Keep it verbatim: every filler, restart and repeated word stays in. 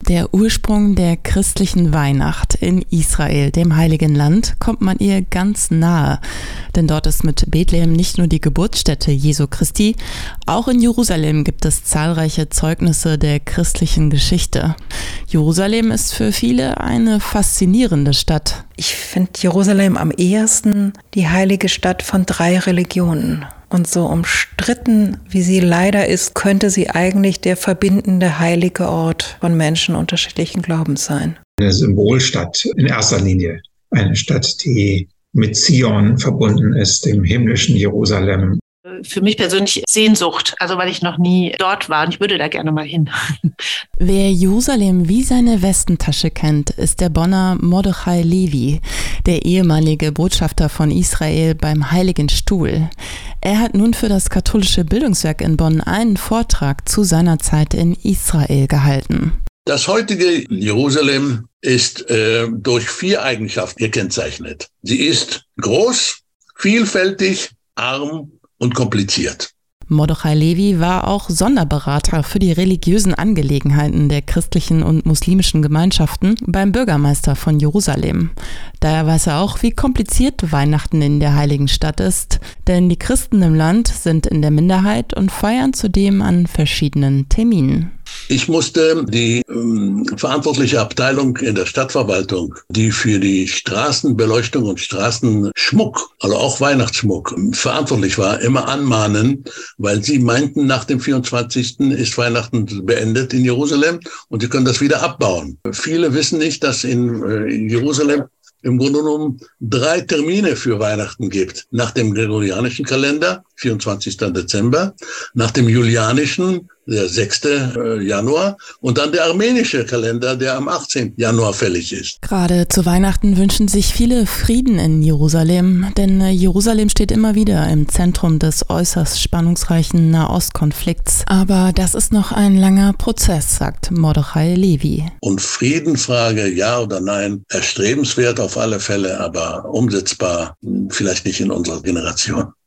Der Ursprung der christlichen Weihnacht in Israel, dem Heiligen Land, kommt man ihr ganz nahe. Denn dort ist mit Bethlehem nicht nur die Geburtsstätte Jesu Christi, auch in Jerusalem gibt es zahlreiche Zeugnisse der christlichen Geschichte. Jerusalem ist für viele eine faszinierende Stadt. Ich finde Jerusalem am ehesten die heilige Stadt von drei Religionen. Und so umstritten, wie sie leider ist, könnte sie eigentlich der verbindende heilige Ort von Menschen unterschiedlichen Glaubens sein. Eine Symbolstadt in erster Linie. Eine Stadt, die mit Zion verbunden ist, dem himmlischen Jerusalem. Für mich persönlich Sehnsucht, also weil ich noch nie dort war und ich würde da gerne mal hin. Wer Jerusalem wie seine Westentasche kennt, ist der Bonner Mordechai Levi, der ehemalige Botschafter von Israel beim Heiligen Stuhl. Er hat nun für das katholische Bildungswerk in Bonn einen Vortrag zu seiner Zeit in Israel gehalten. Das heutige Jerusalem ist äh, durch vier Eigenschaften gekennzeichnet. Sie ist groß, vielfältig, arm und kompliziert. Mordechai Levi war auch Sonderberater für die religiösen Angelegenheiten der christlichen und muslimischen Gemeinschaften beim Bürgermeister von Jerusalem. Daher weiß er auch, wie kompliziert Weihnachten in der heiligen Stadt ist, denn die Christen im Land sind in der Minderheit und feiern zudem an verschiedenen Terminen. Ich musste die ähm, verantwortliche Abteilung in der Stadtverwaltung, die für die Straßenbeleuchtung und Straßenschmuck, also auch Weihnachtsschmuck, verantwortlich war, immer anmahnen, weil sie meinten, nach dem vierundzwanzigsten ist Weihnachten beendet in Jerusalem und sie können das wieder abbauen. Viele wissen nicht, dass in, äh, in Jerusalem im Grunde genommen drei Termine für Weihnachten gibt. Nach dem gregorianischen Kalender, vierundzwanzigsten Dezember, nach dem julianischen, der sechsten Januar, und dann der armenische Kalender, der am achtzehnten Januar fällig ist. Gerade zu Weihnachten wünschen sich viele Frieden in Jerusalem, denn Jerusalem steht immer wieder im Zentrum des äußerst spannungsreichen Nahostkonflikts. Aber das ist noch ein langer Prozess, sagt Mordechai Levi. Und Friedenfrage, ja oder nein, erstrebenswert auf alle Fälle, aber umsetzbar vielleicht nicht in unserer Generation.